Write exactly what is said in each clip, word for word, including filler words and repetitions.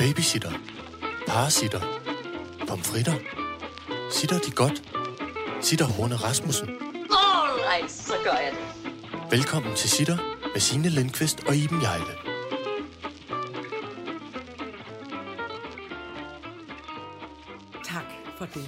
Babysitter. Parasitter. Pomfritter. Sitter de godt? Sitter Horne Rasmussen. Alright, så gør jeg det. Velkommen til Sitter med Signe Lindqvist og Iben Hjejle. Tak for det.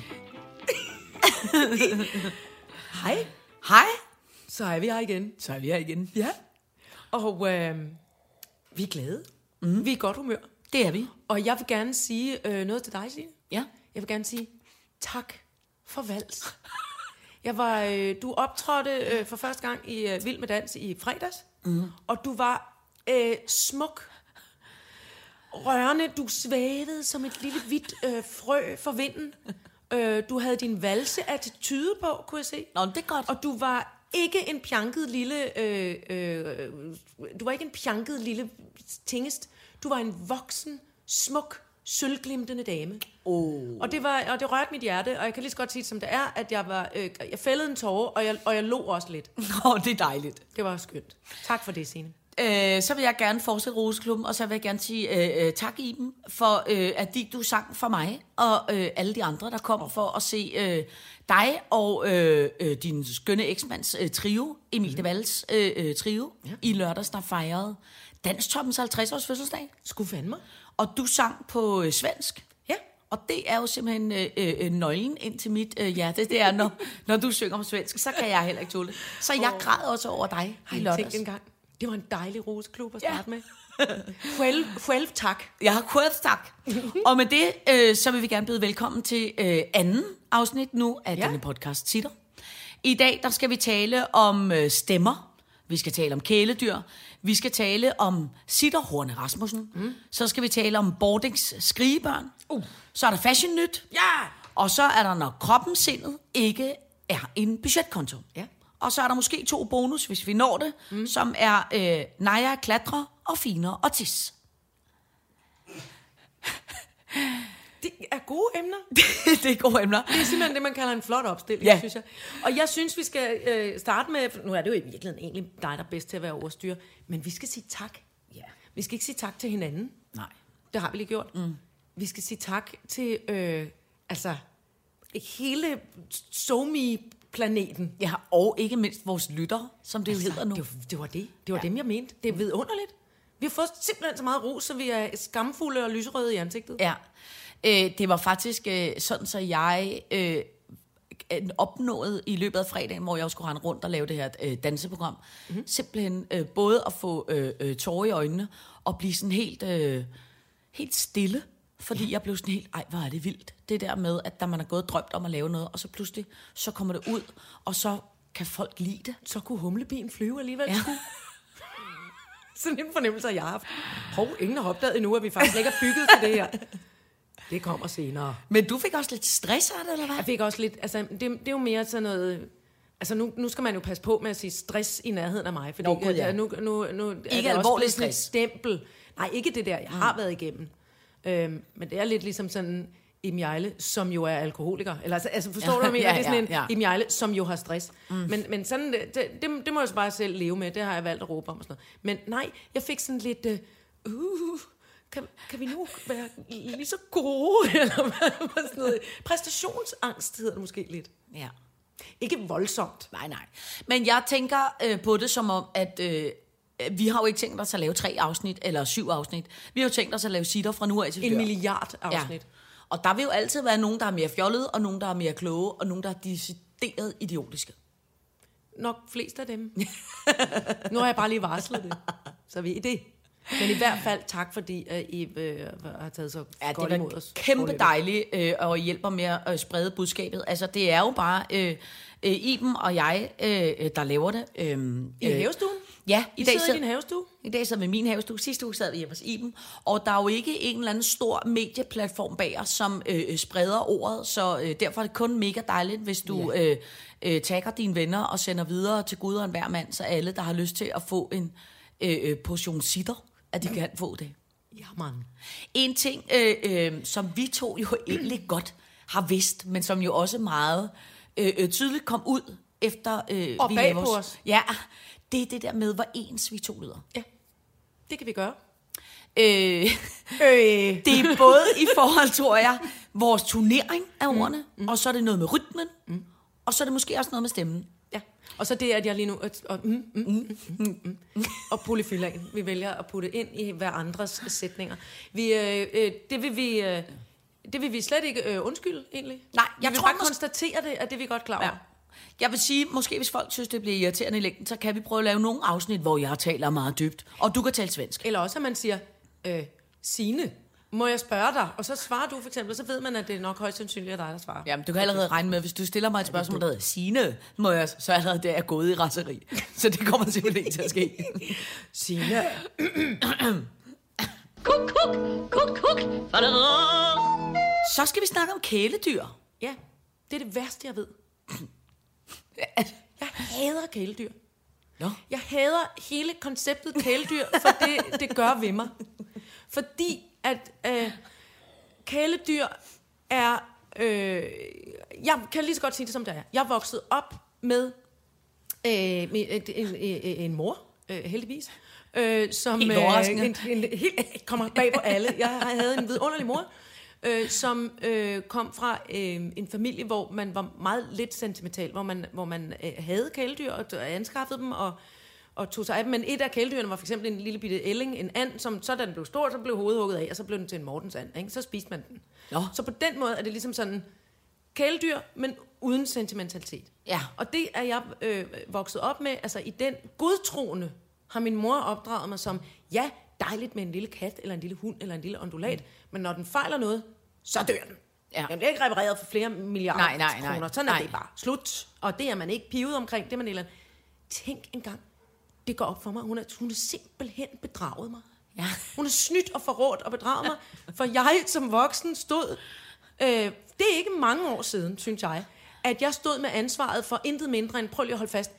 Hej. Hej. Så er vi her igen. Så er vi her igen. Ja. Og øh, vi er glade. Mm. Vi er i godt humør. Det er vi. Og jeg vil gerne sige øh, noget til dig, Signe. Ja. Jeg vil gerne sige tak for vals. Jeg var, øh, du optrådte øh, for første gang i øh, Vild med Dans i fredags. Mm. Og du var øh, smuk. Rørende. Du svævede som et lille hvidt øh, frø for vinden. øh, du havde din valse-attitude på, kunne jeg se. Nå, det er godt. Og du var ikke en pjanket lille... Øh, øh, du var ikke en pjanket lille tingest. Du var en voksen, smuk, sølvglimtende dame. Oh. Og det var og det rørte mit hjerte, og jeg kan lige så godt sige det, som det er, at jeg var øh, jeg fældede en tåre, og jeg og jeg lå også lidt. Åh, oh, det er dejligt. Det var skønt. Tak for det, Signe. Øh, så vil jeg gerne fortsætte Roseklubben, og så vil jeg gerne sige øh, øh, tak, Iben, for øh, at de, du sang for mig, og øh, alle de andre, der kom for at se øh, dig og øh, øh, din skønne eksmands øh, trio, Emil mm. de Valls øh, øh, trio, ja. I lørdags, der fejrede Danstoppens halvtreds års fødselsdag. Skulle fandme. Og du sang på øh, svensk. Ja. Og det er jo simpelthen øh, øh, nøglen ind til mit øh, hjerte. Det er, når, når du synger på svensk, så kan jeg heller ikke tåle det. Så jeg oh. græd også over dig i lørdags. En gang. Det var en dejlig roseklub at starte ja. med. Selv, selv tak. Ja, selv tak. Og med det, øh, så vil vi gerne byde velkommen til øh, anden afsnit nu af ja. denne podcast Sitter. I dag, der skal vi tale om øh, stemmer. Vi skal tale om kæledyr. Vi skal tale om Sitter Horne Rasmussen. Mm. Så skal vi tale om Bordings skrigebørn. Uh. Så er der fashion nyt. Ja. Og så er der, når kroppen sindet ikke er en budgetkonto. Ja. Og så er der måske to bonus, hvis vi når det, mm. som er øh, Naja klatrer og Finer og Tis. Det er gode emner. Det er gode emner. Det er simpelthen det, man kalder en flot opstilling, ja. synes jeg. Og jeg synes, vi skal øh, starte med... Nu er det jo i virkeligheden egentlig dig, der er bedst til at være overstyre. Men vi skal sige tak. Ja. Vi skal ikke sige tak til hinanden. Nej. Det har vi lige gjort. Mm. Vi skal sige tak til... Øh, altså... hele SoMe-planeten. Ja, og ikke mindst vores lyttere, som det altså, jo hedder nu. Det, det var det. Det var ja. dem, jeg mente. Det er vidunderligt. Vi har fået simpelthen så meget ros, så vi er skamfulde og lyserøde i ansigtet. Ja. Øh, det var faktisk øh, sådan, så jeg øh, opnåede i løbet af fredagen, hvor jeg skulle rende rundt og lave det her øh, danseprogram, mm-hmm. simpelthen øh, både at få øh, øh, tårer i øjnene og blive sådan helt, øh, helt stille. Fordi jeg blev sådan helt, ej, hvor er det vildt. Det der med, at der man har gået og drømt om at lave noget, og så pludselig, så kommer det ud, og så kan folk lide det. Så kunne humlebien flyve alligevel. Ja. Sådan en fornemmelse, jeg har haft. Hov, ingen har opdaget endnu, at vi faktisk ikke er bygget til det her. Det kommer senere. Men du fik også lidt stress af det, eller hvad? Jeg fik også lidt, altså, det, det er jo mere sådan noget... Altså, nu, nu skal man jo passe på med at sige stress i nærheden af mig, fordi Nå, God, ja. nu, nu, nu er ikke det alvorlig også stress. Et stempel. Nej, ikke det der, jeg mm. har været igennem. Øhm, men det er lidt ligesom sådan Iben Hjejle, som jo er alkoholiker. Eller, altså, altså forstår ja, du, hvad jeg mener? Ja, det er sådan ja, ja. en Iben Hjejle, som jo har stress. Mm. Men, men sådan, det, det, det må jeg så bare selv leve med. Det har jeg valgt at råbe om og sådan noget. Men nej, jeg fik sådan lidt... Uh, uh, kan, kan vi nu være lige så gode? Eller sådan noget. Præstationsangst hedder det måske lidt. Ja. Ikke voldsomt. Nej, nej. Men jeg tænker øh, på det som om, at... Øh, vi har jo ikke tænkt os at lave tre afsnit, eller syv afsnit. Vi har jo tænkt os at lave sitter fra nu af til en milliard afsnit. Ja. Og der vil jo altid være nogen, der er mere fjollede, og nogen, der er mere kloge, og nogen, der er decideret idiotiske. Nok flest af dem. Nu har jeg bare lige varslet det, så ved I det. Men i hvert fald tak, fordi uh, I uh, har taget så ja, godt imod os. Det er kæmpe dejligt, uh, og hjælper med at uh, sprede budskabet. Altså, det er jo bare uh, uh, Iben og jeg, uh, der laver det. Uh, I uh, havestuen? Ja, i dag sidder i din havestue? I dag sidder vi i min havestue. Sidste uge sad vi hjemme hos Iben. Og der er jo ikke en eller anden stor medieplatform bag os, som øh, spreder ordet. Så øh, derfor er det kun mega dejligt, hvis du ja. øh, øh, tagger dine venner og sender videre til Gud og enhver mand, så alle, der har lyst til at få en øh, portion sitter, at de kan få det. Ja, man. En ting, øh, øh, som vi to jo egentlig godt har vidst, men som jo også meget øh, tydeligt kom ud efter øh, og vi bag på os. Ja, det er det der med, hvor ens vi to lyder. Ja, det kan vi gøre. Øh, Øh. Det er både i forhold, tror jeg, vores turnering af ordene, mm. og så er det noget med rytmen, mm. og så er det måske også noget med stemmen. Ja, og så det, at jeg lige nu... Og, mm, mm, mm, mm, mm, og polyfilan. Vi vælger at putte ind i hver andres sætninger. Vi, øh, øh, det vil vi... Øh, det vil vi slet ikke øh, undskylde, egentlig. Nej, jeg vi tror, bare mås- konstatere det, at det er vi godt klar over. Ja. Jeg vil sige, måske hvis folk synes, det bliver irriterende i længden, så kan vi prøve at lave nogle afsnit, hvor jeg taler meget dybt, og du kan tale svensk. Eller også, at man siger, øh, Signe, må jeg spørge dig? Og så svarer du for eksempel, så ved man, at det er nok højst sandsynligt, at dig, der svarer. Jamen, du kan allerede regne med, hvis du stiller mig et spørgsmål, der hedder Signe, må jeg, så er allerede der gået i raseri. Så det kommer simpelthen ikke til at ske. Signe. Kuk, kuk, kuk, kuk. Så skal vi snakke om kæledyr. Ja, det er det værste, jeg ved. Jeg hader kæledyr. Nå. Jeg hader hele konceptet kæledyr, for det, det gør ved mig. Fordi at øh, kæledyr er... Øh, jeg kan lige så godt sige det, som det er. Jeg er vokset op med, øh, med en, en, en mor, øh, heldigvis. Øh, som helt øh, en, en, en, helt, kommer bag på alle. Jeg havde en vidunderlig mor, øh, som øh, kom fra øh, en familie, hvor man var meget lidt sentimental, hvor man, hvor man øh, havde kæledyr og anskaffede dem og, og tog sig af dem. Men et af kæledyrene var for eksempel en lille bitte ælling, en and, som så da den blev stor, så blev hovedet hugget af, og så blev den til en Mortens and. Ikke? Så spiste man den. Jo. Så på den måde er det ligesom sådan kæledyr, men uden sentimentalitet. Ja. Og det er jeg øh, vokset op med, altså i den godtroende har min mor opdraget mig som, ja, dejligt med en lille kat, eller en lille hund, eller en lille ondulat, mm. men når den fejler noget, så dør den. Ja. Den bliver ikke repareret for flere milliarder nej, nej, nej, kroner. Sådan nej. er det bare. Slut. Og det er man ikke pivet omkring, det er man eller andet. Tænk engang, det går op for mig. Hun er, hun er simpelthen bedraget mig. Ja. Hun er snydt og forrådt og bedraget mig, for jeg som voksen stod, øh, det er ikke mange år siden, synes jeg, at jeg stod med ansvaret for intet mindre end, prøv lige at holde fast,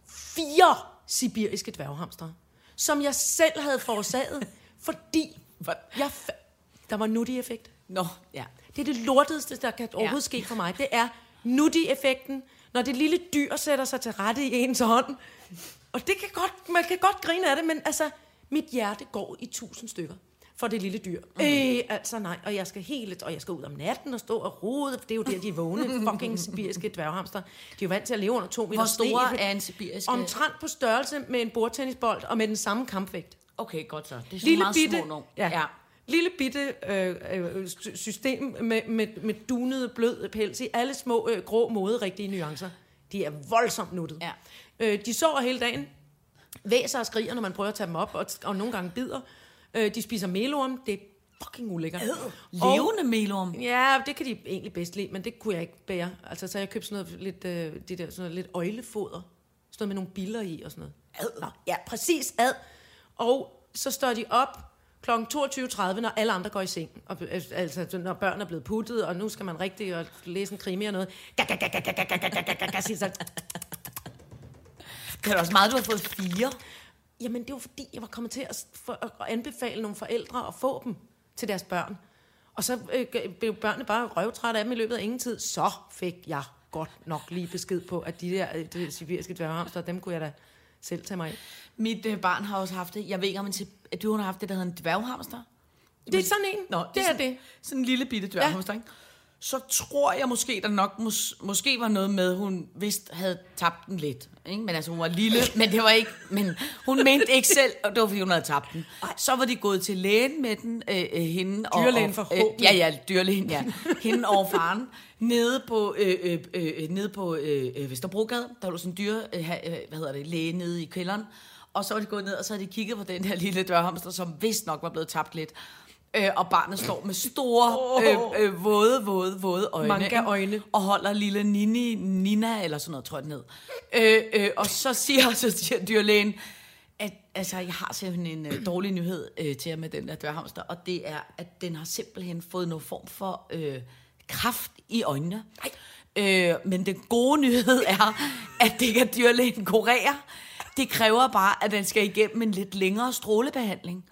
fire sibiriske dværghamstere, som jeg selv havde forårsaget, fordi jeg fa- der var nutty-effekt. Nå, ja. Det er det lortedeste, der kan overhovedet ja. ske for mig. Det er nutty-effekten, når det lille dyr sætter sig til rette i ens hånd. Og det kan godt, man kan godt grine af det, men altså, mit hjerte går i tusind stykker for det lille dyr. Mm. Øh, altså nej, og jeg skal helt, og jeg skal ud om natten og stå og rode, for det er jo der, de er vågne, fucking sibiriske dværghamster. De er jo vant til at leve under to meter. Hvor store er en sibiriske? Omtrent på størrelse med en bordtennisbold, og med den samme kampvægt. Okay, godt så. Det er så lille meget bitte, små nu. Ja. ja. Lille bitte øh, øh, system med, med, med dunet, blød pels i alle små, øh, grå, moderigtige nuancer. De er voldsomt nuttet. Ja. Øh, de sover hele dagen, væser og skriger, når man prøver at tage dem op, og, og nogle gange bider. Øh, de spiser melorm, det er fucking ulækkert. Øh, levende melorm? Ja, det kan de egentlig bedst lide, men det kunne jeg ikke bære. Altså, så jeg købte sådan noget lidt, øh, det der, sådan noget lidt øjlefoder, sådan noget med nogle biller i og sådan noget. Ad. Nå, ja, præcis, ad. Og så står de op klokken toogtyve tredive, når alle andre går i seng. Og, altså, når børn er blevet puttet, og nu skal man rigtig og læse en krimi og noget. Det er også meget, du har fået fire. Jamen, det var fordi, jeg var kommet til at, for, at anbefale nogle forældre at få dem til deres børn. Og så øh, blev børnene bare røvtrætte af dem i løbet af ingen tid. Så fik jeg godt nok lige besked på, at de der de sibiriske dværghamster, dem kunne jeg da selv tage mig af. Mit øh, barn har også haft det. Jeg ved ikke, om at du har haft det, der hedder en dværghamster. Det er sådan en. Nå, det, det er, er sådan, det. Sådan en lille bitte dværghamster, ja. Ikke? Så tror jeg måske, der nok mås- måske var noget med, hun vist havde tabt den lidt. Ikke? Men altså, hun var lille, men det var ikke... Men hun mente ikke selv, og det var, fordi hun havde tabt den. Så var de gået til lægen med den, øh, øh, hende... Dyrlægen og, forhåbentlig. Øh, ja, ja, dyrlægen, ja. Hende over faren. Nede på, øh, øh, øh, nede på øh, Vesterbrogade, der var sådan en dyre... Øh, hvad hedder det? Læge nede i kælderen. Og så var de gået ned, og så havde de kigget på den her lille dværghamster, som vist nok var blevet tabt lidt. Øh, og barnet står med store, øh, øh, våde, våde, våde øjne. Manga-øjne. Og holder lille Nini, Nina, eller sådan noget, tror jeg, ned. Øh, øh, og så siger, så siger dyrlægen, at altså, jeg har simpelthen en øh, dårlig nyhed øh, til jer med den der dværghamster, og det er, at den har simpelthen fået noget form for øh, kraft i øjnene. Øh, men den gode nyhed er, at det kan dyrlægen kurere. Det kræver bare, at den skal igennem en lidt længere strålebehandling.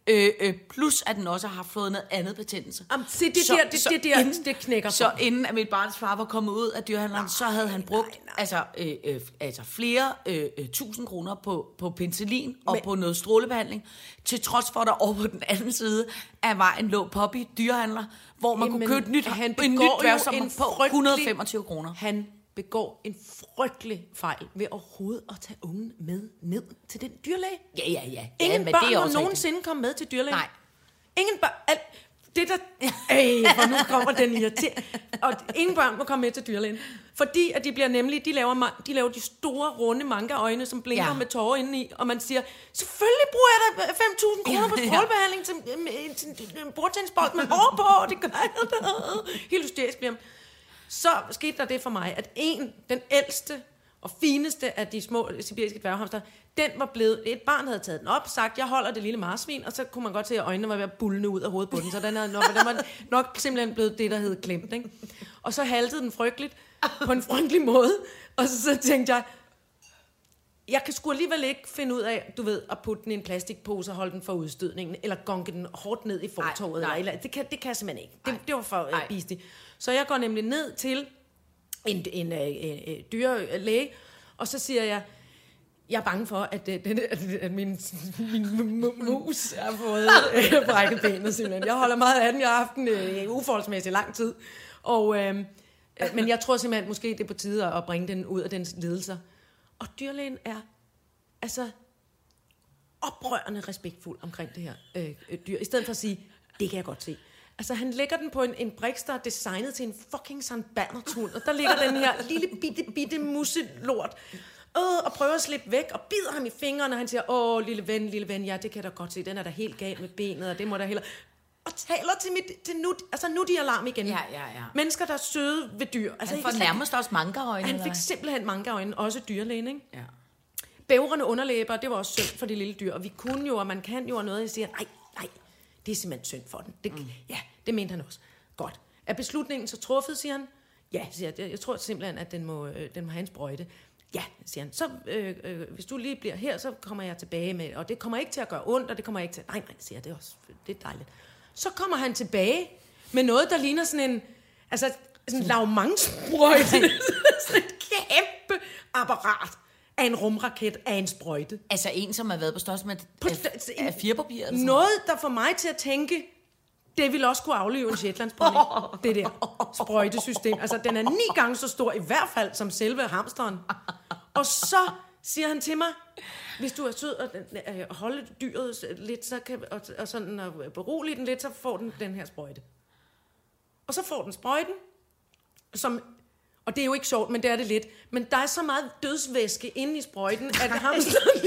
Øh, øh, plus at den også har fået noget andet betændelse. Jamen, se, det, så, der, det, så det, der, inden, det knækker Så for. Inden at mit barns far var kommet ud af dyrehandleren, så havde han brugt nej, nej. Altså, øh, øh, altså flere øh, øh, tusind kroner på, på penicillin og Men, på noget strålebehandling, til trods for, at der over på den anden side af vejen lå Poppy dyrehandler, hvor man jamen, kunne købe et nyt, han en nyt værvsommer på et hundrede og femogtyve kroner. Han begår en frygtelig fejl ved overhovedet at tage ungen med ned til den dyrlæge. Ja, ja, ja. Ingen ja, børn det er må også nogensinde komme med til dyrlægen. Nej. Ingen børn... Al, det der... Ej, for nu kommer den irriterende. Og ingen børn må komme med til dyrlægen. Fordi at de bliver nemlig... De laver, de laver de store, runde manga-øjne, som blinker ja. med tårer indeni. Og man siger, selvfølgelig bruger jeg da fem tusind kroner på strålebehandling til, til, til, til en bordtændsbold med hår på. Det gør jeg da. Helt hysterisk bliver Så skete der det for mig, at en, den ældste og fineste af de små sibiriske dværghamster, den var blevet, et barn havde taget den op, sagt, jeg holder det lille marsvin, og så kunne man godt se, at øjnene var ved at bulne ud af hovedet på den, så den, havde nok, den var nok simpelthen blevet det, der hed glemt, ikke? Og så haltede den frygteligt, på en frygtelig måde, og så, så tænkte jeg, jeg kan sgu alligevel ikke finde ud af, du ved, at putte den i en plastikpose og holde den for udstødningen, eller gonke den hårdt ned i fortovet, eller, eller det kan, det kan jeg simpelthen ikke. Det, det var for uh, bistigt. Så jeg går nemlig ned til en, en, en, en dyrlæge, og så siger jeg, jeg er bange for, at, at, at, at min, min mus har fået øh, brækket benet, simpelthen. Jeg holder meget af den, jeg har haft den øh, uforholdsmæssigt lang tid. Og, øh, men jeg tror simpelthen, måske det er på tide at bringe den ud af dens lidelser. Og dyrlægen er altså oprørende respektfuld omkring det her øh, dyr, i stedet for at sige, det kan jeg godt se. Altså, han lægger den på en, en briks, der er designet til en fucking Sankt Bernhards hund, og der ligger den her lille bitte, bitte musselort, øh, og prøver at slippe væk, og bider ham i fingrene, og han siger, åh, lille ven, lille ven, ja, det kan jeg da godt se, den er da helt gal med benet, og det må der heller... Og taler til mit, til nu, altså nu de alarm igen. Ja, ja, ja. Mennesker, der er søde ved dyr. Altså, han får nærmest også mangaøjne. Han fik simpelthen mangaøjne, også dyrlægen, ikke? Ja. Bævrende underlæber, det var også synd for de lille dyr, og vi kunne jo, og man kan jo, og noget, jeg siger, nej, nej, det er simpelthen synd for den. Det, mm. Ja, det mente han også. Godt. Er beslutningen så truffet, siger han? Ja, siger jeg. Jeg tror simpelthen, at den må, øh, den må have en sprøjte. Ja, siger han. Så øh, øh, hvis du lige bliver her, så kommer jeg tilbage med, og det kommer ikke til at gøre ondt, og det kommer ikke til... Nej, nej, siger jeg, det er også det er dejligt. Så kommer han tilbage med noget, der ligner sådan en... Altså, sådan en lavmangssprøjte. Sådan et kæmpe apparat af en rumraket af en sprøjte. Altså en, som har været på størrelse med af, af firepapir? Eller noget, der får mig til at tænke, det vil også kunne aflive en shetlandspony. Det der sprøjtesystem. Altså, den er ni gange så stor, i hvert fald, som selve hamsteren. Og så siger han til mig, hvis du er sød og øh, holde dyret lidt, så kan, og, og sådan og berolige den lidt, så får den den her sprøjte. Og så får den sprøjten, som... Og det er jo ikke sjovt, men det er det lidt. Men der er så meget dødsvæske inde i sprøjten, at hamsteren...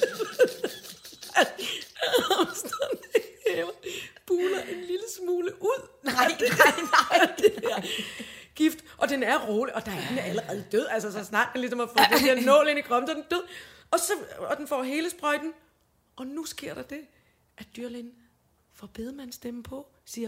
at hamsteren buler en lille smule ud. Nej, nej, nej. Det der gift. Og den er rolig, og der er den allerede død. Altså, så snart den ligesom har fået den her nål ind i kroppen, så er den død. Og, så, og den får hele sprøjten. Og nu sker der det, at dyrlægen får bedemandsstemme på, siger,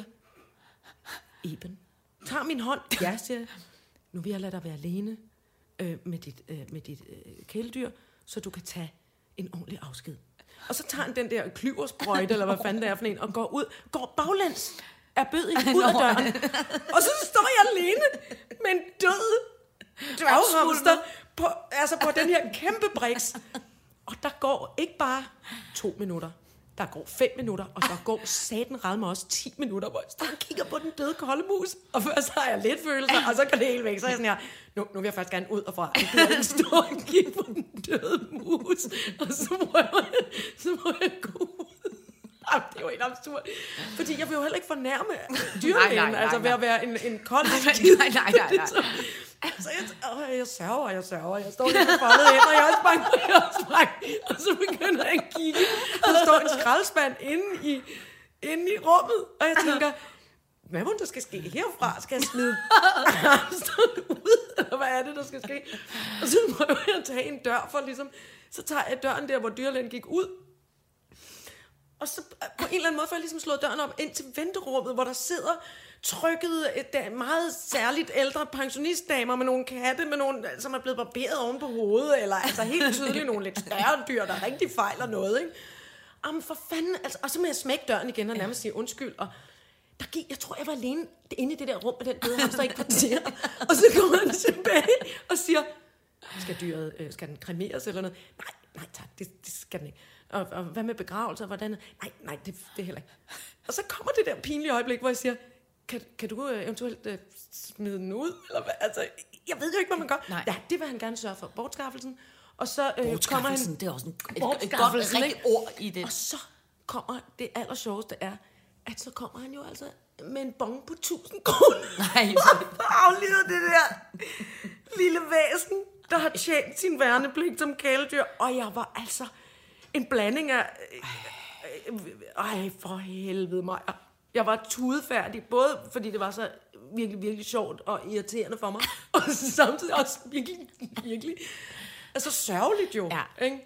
Iben, tag min hånd. Ja, siger jeg. Nu vil jeg lade dig være alene øh, med dit, øh, med dit øh, kæledyr, så du kan tage en ordentlig afsked. Og så tager han den der klyversprøjte, eller hvad fanden det er for en, og går ud, går baglæns af bødig ud af døren. Og så står jeg alene med en død dværghamster på, altså på den her kæmpe briks. Og der går ikke bare to minutter. Der går fem minutter, og der går satan radme også ti minutter, hvor jeg står og kigger på den døde koldemus. Og først har jeg lidt følelser, og så kan det helt væk. Så er jeg sådan her, nu, nu vil jeg faktisk gerne ud og fra. Jeg kan stå og kigge på den døde mus, og så må jeg, så må jeg gå ud. Jamen, det er jo helt absurd. Fordi jeg vil jo heller ikke fornærme dyrlægen, altså ved at være en, en kold. Nej, nej, nej, nej. Så jeg, åh, jeg sørger, jeg sørger. Jeg står lidt på foldet hen, og jeg er også bange, og jeg er også bange. Og så begynder jeg at kigge. Og der står en skraldespand inde i, inde i rummet. Og jeg tænker, hvad må der skal ske herfra? Skal jeg smide hamsteren ud? Eller hvad er det, der skal ske? Og så prøver jeg at tage en dør for ligesom... Så tager jeg døren der, hvor dyrlægen gik ud. Og så på en eller anden måde får jeg ligesom slået døren op ind til venterummet, hvor der sidder trykket meget særligt ældre pensionistdamer med nogle katte, med nogle, som er blevet barberet oven på hovedet, eller altså helt tydeligt nogle lidt større dyr, der rigtig fejler noget, ikke? jamen for fanden, altså, og så må jeg smække døren igen og nærmest sige undskyld, og der gik, jeg tror, jeg var alene inde i det der rum med den døde hamster i kvarter, og så kommer han tilbage og siger, skal dyret, øh, skal den kremeres eller noget? Nej, nej tak, det, det skal den ikke. Og, og hvad med begravelse, hvordan? Nej, nej, det, det er heller ikke. Og så kommer det der pinlige øjeblik, hvor jeg siger, kan, kan du øh, eventuelt øh, smide den ud? Eller hvad? Altså, jeg ved jo ikke, hvad man gør. Nej. Ja, det vil han gerne sørge for. Bortskaffelsen. Og så øh, kommer han... det er også en, et, et godt rigtigt ord i det. Og så kommer det allersjoveste er, at så kommer han jo altså med en bong på tusind kroner. Nej, for aflivet det der lille væsen, der har tjent sin værnepligt som kæledyr. Og jeg var altså en blanding af... Ej, for helvede mig. Jeg var tudefærdig, både fordi det var så virkelig, virkelig sjovt og irriterende for mig, og samtidig også virkelig, virkelig... Altså sørgeligt jo, ja. Ikke?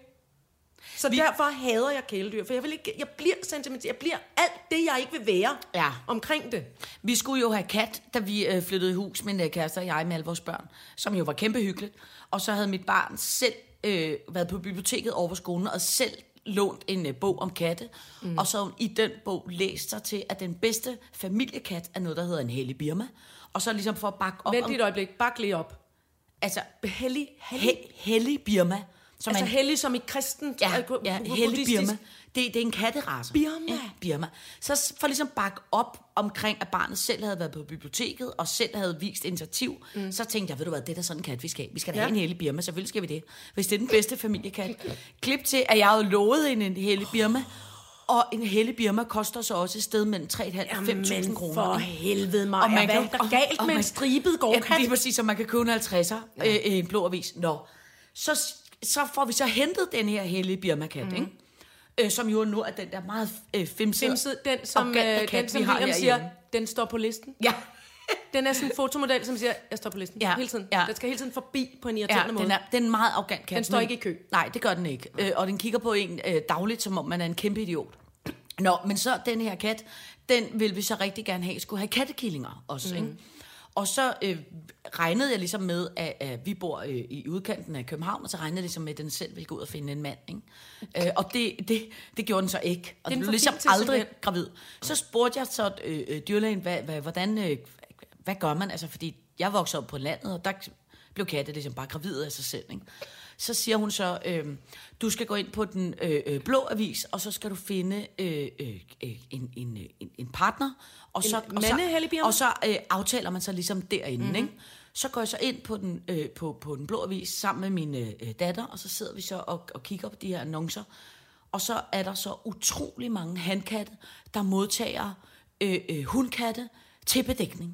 Så vi... derfor hader jeg kæledyr, for jeg, vil ikke, jeg bliver sentimental, jeg bliver alt det, jeg ikke vil være ja. omkring det. Vi skulle jo have kat, da vi øh, flyttede i hus, min øh, kæreste og jeg med alle vores børn, som jo var kæmpe hyggeligt. Og så havde mit barn selv øh, været på biblioteket over på skolen, og selv lånt en øh, bog om katte. Mm. Og så i den bog læst sig til, at den bedste familiekat er noget, der hedder en hellig Birma. Og så ligesom for at bakke op... Vent lige et øjeblik, bak lige op. Altså, hellig, hellig. He, hellig Birma. Som altså en, hellig som i kristent... Ja, ja hellig Birma. Det, det er en katterace. Birma. Ja, Birma. Så for ligesom bakke op omkring, at barnet selv havde været på biblioteket, og selv havde vist initiativ, mm. så tænkte jeg, ved du hvad, det er da sådan en kat, vi skal. Vi skal da ja. have en hellig Birma, selvfølgelig skal vi det. Hvis det er den bedste familiekat. Klip til, at jeg havde lovet en, en hellig Birma, og en hellig Birma koster så også et sted mellem tre tusind fem hundrede og fem tusind kroner. For helvede mig. Og man hvad er der galt og, med og en stribet gårdkat? Ja, det er præcis, så man kan købe en halvtredser ja. øh, en blå avis. Nå. Så, så får vi så hentet den her hellige Birma-kat, mm. ikke? Øh, som jo nu er den der meget øh, femsede. Femsede, den som, øh, den, som William siger, den står på listen. Ja. Den er sådan en fotomodel, som siger, jeg står på listen ja. hele tiden. Ja. Den skal hele tiden forbi på en irriterende ja, måde. Den er, den er meget arrogant kat. Den står ikke i kø. Nej, det gør den ikke. Øh, og den kigger på en øh, dagligt, som om man er en kæmpe idiot. Nå, men så den her kat, den vil vi så rigtig gerne have, skulle have kattekillinger også, mm. ikke? Og så øh, regnede jeg ligesom med, at, at vi bor øh, i udkanten af København, og så regnede jeg ligesom med, at den selv ville gå ud og finde en mand, ikke? Øh, og det, det, det gjorde den så ikke. Og den blev ligesom aldrig gravid. Så spurgte jeg så øh, dyrlægen, hvad, hvad, hvordan, øh, hvad gør man? Altså, fordi jeg voksede op på landet, og der blev katte ligesom bare gravid af sig selv, ikke? Så siger hun så, øh, du skal gå ind på den øh, blå avis, og så skal du finde øh, øh, en, en, en, en partner. Og så, en og så, og så øh, aftaler man så ligesom derinde. Mm-hmm. Ikke? Så går jeg så ind på den, øh, på, på den blå avis sammen med min øh, datter, og så sidder vi så og, og kigger på de her annoncer. Og så er der så utrolig mange hankatte, der modtager øh, øh, hundkatte til bedækning.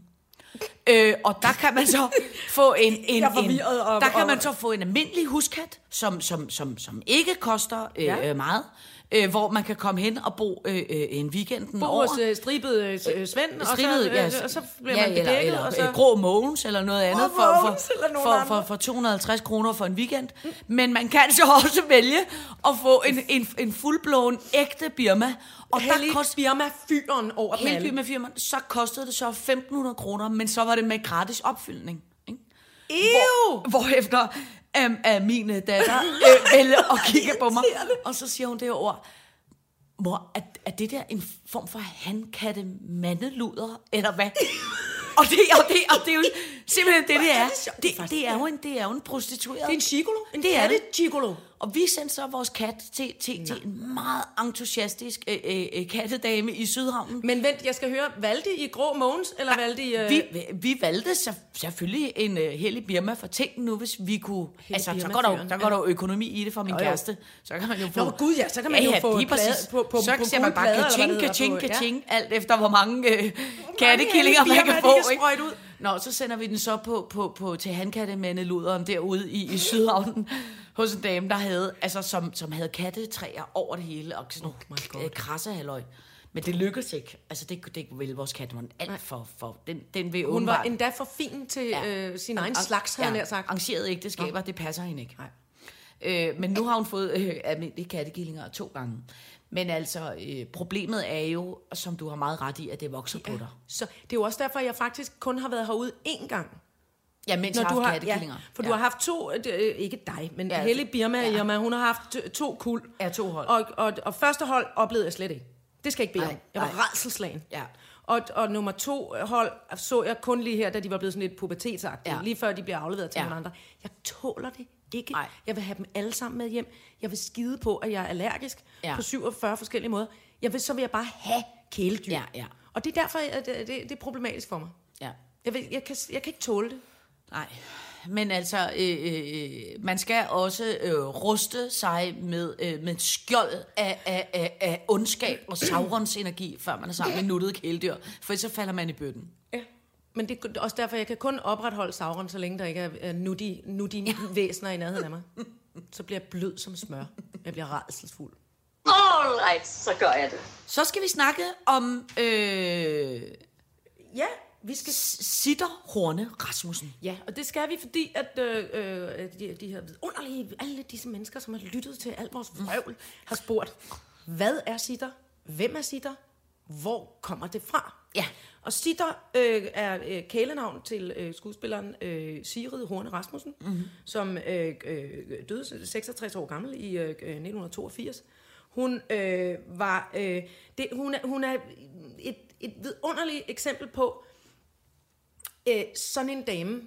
Øh, og der kan man så få en, en, en og, der kan man så få en almindelig huskat, som, som, som, som ikke koster øh, ja. meget, øh, hvor man kan komme hen og bo øh, en weekenden bo over. Bo hos øh, stribet øh, Svend, og, stribet, så, øh, ja, og så bliver ja, man bedækket. Eller, eller og så... grå Mogens, eller noget andet, oh, for, for, for, for, for, for to hundrede og halvtreds kroner for en weekend. Mm. Men man kan så også vælge at få en, en, en fuldblåen ægte Birma. Og Hellig der kost Birma-fyren over den alle. Hellig Birma-fyren, så kostede det så femten hundrede kroner, men så var det med gratis opfyldning. Ikke? Ew! Hvor, hvorefter um, uh, min datter øh, vælger at kigge på mig, og så siger hun det ord, mor, er, er det der en form for hankatte mandeluder, eller hvad? Og det, og, det, og det er jo simpelthen det, det er. Det, det, er jo en, det er jo en prostitueret. Det er en gigolo. En det er det. Gigolo. Og vi sendte så vores kat til, til, til en meget entusiastisk øh, øh, kattedame i Sydhavnen. Men vent, jeg skal høre, valgte I grå Mogens, eller ja, valgte I... Øh... Vi, vi valgte så, selvfølgelig en øh, hellig Birma, for tænk nu, hvis vi kunne... Hellig altså, så går, der, der går der jo økonomi i det for min jo, jo. kæreste. Så kan man jo få... Nå, gud ja, så kan man ja, jo ja, få plade, på, på, så på, kan man bare kaching, kaching, kaching, alt efter hvor mange øh, kattekillinger man kan få. Ikke? Ud. Nå, så sender vi den så på, på, på, til hankattemændeluderen derude i, i Sydhavnen hos en dame, der havde, altså, som, som havde kattetræer over det hele, og sådan nogle oh krassehalløj. Men det lykkedes ikke. Altså, det, det ville vores kat, hun alt for, for den, den vil hun åbenbart... var endda for fin til ja. øh, sin egen slags, havde ja, jeg sagt. Arrangerede ægteskaber, det passer hende ikke. Nej. Øh, men nu har hun fået øh, almindelige kattekillinger to gange. Men altså, øh, problemet er jo, som du har meget ret i, at det vokser ja. på dig. Så det er jo også derfor, jeg faktisk kun har været herude én gang. Ja, mens Når jeg har du haft har, kattekillinger. ja, for ja. du har haft to, øh, ikke dig, men Ja, ja, Helle Birma ja. Irma, hun har haft to, to kuld. Ja, to hold. Og, og, og første hold oplevede jeg slet ikke. Det skal jeg ikke bede Nej, om. Jeg var nej. rædselsslagen. Ja. Og, og nummer to hold så jeg kun lige her, da de var blevet sådan lidt pubertetsagtige. Ja. Lige før de bliver afleveret til Ja. nogle andre. Jeg tåler det ikke. Nej. Jeg vil have dem alle sammen med hjem. Jeg vil skide på, at jeg er allergisk Ja. på syvogfyrre forskellige måder. Jeg vil, så vil jeg bare have kæledyr. Ja, ja. Og det er derfor, at det, det, det er problematisk for mig. Ja. Jeg, vil, jeg, kan, jeg kan ikke tåle det. Nej, men altså, øh, øh, man skal også øh, ruste sig med, øh, med et skjold af, af, af, af ondskab og Saurons energi, før man er sammen med nuttede kæledyr, for så falder man i bøtten. Ja. Men det er også derfor, jeg kan kun opretholde Sauron, så længe der ikke er nuttige, nuttige ja. væsener i nærheden af mig. Så bliver jeg blød som smør. Jeg bliver rædselsfuld. All right, så gør jeg det. Så skal vi snakke om øh, Ja, vi skal... Sitter Horne Rasmussen. Ja, og det skal vi, fordi at øh, øh, de, de her vidunderlige, alle disse mennesker, som har lyttet til alt vores vrøvl, har spurgt, hvad er sitter? Hvem er sitter? Hvor kommer det fra? Ja. Og sitter øh, er øh, kælenavn til øh, skuespilleren øh, Sigrid Horne Rasmussen, mm-hmm. som øh, øh, døde seksogtres år gammel i øh, nitten toogfirs. Hun øh, var øh, det, hun, er, hun er et, et vidunderligt eksempel på øh, sådan en dame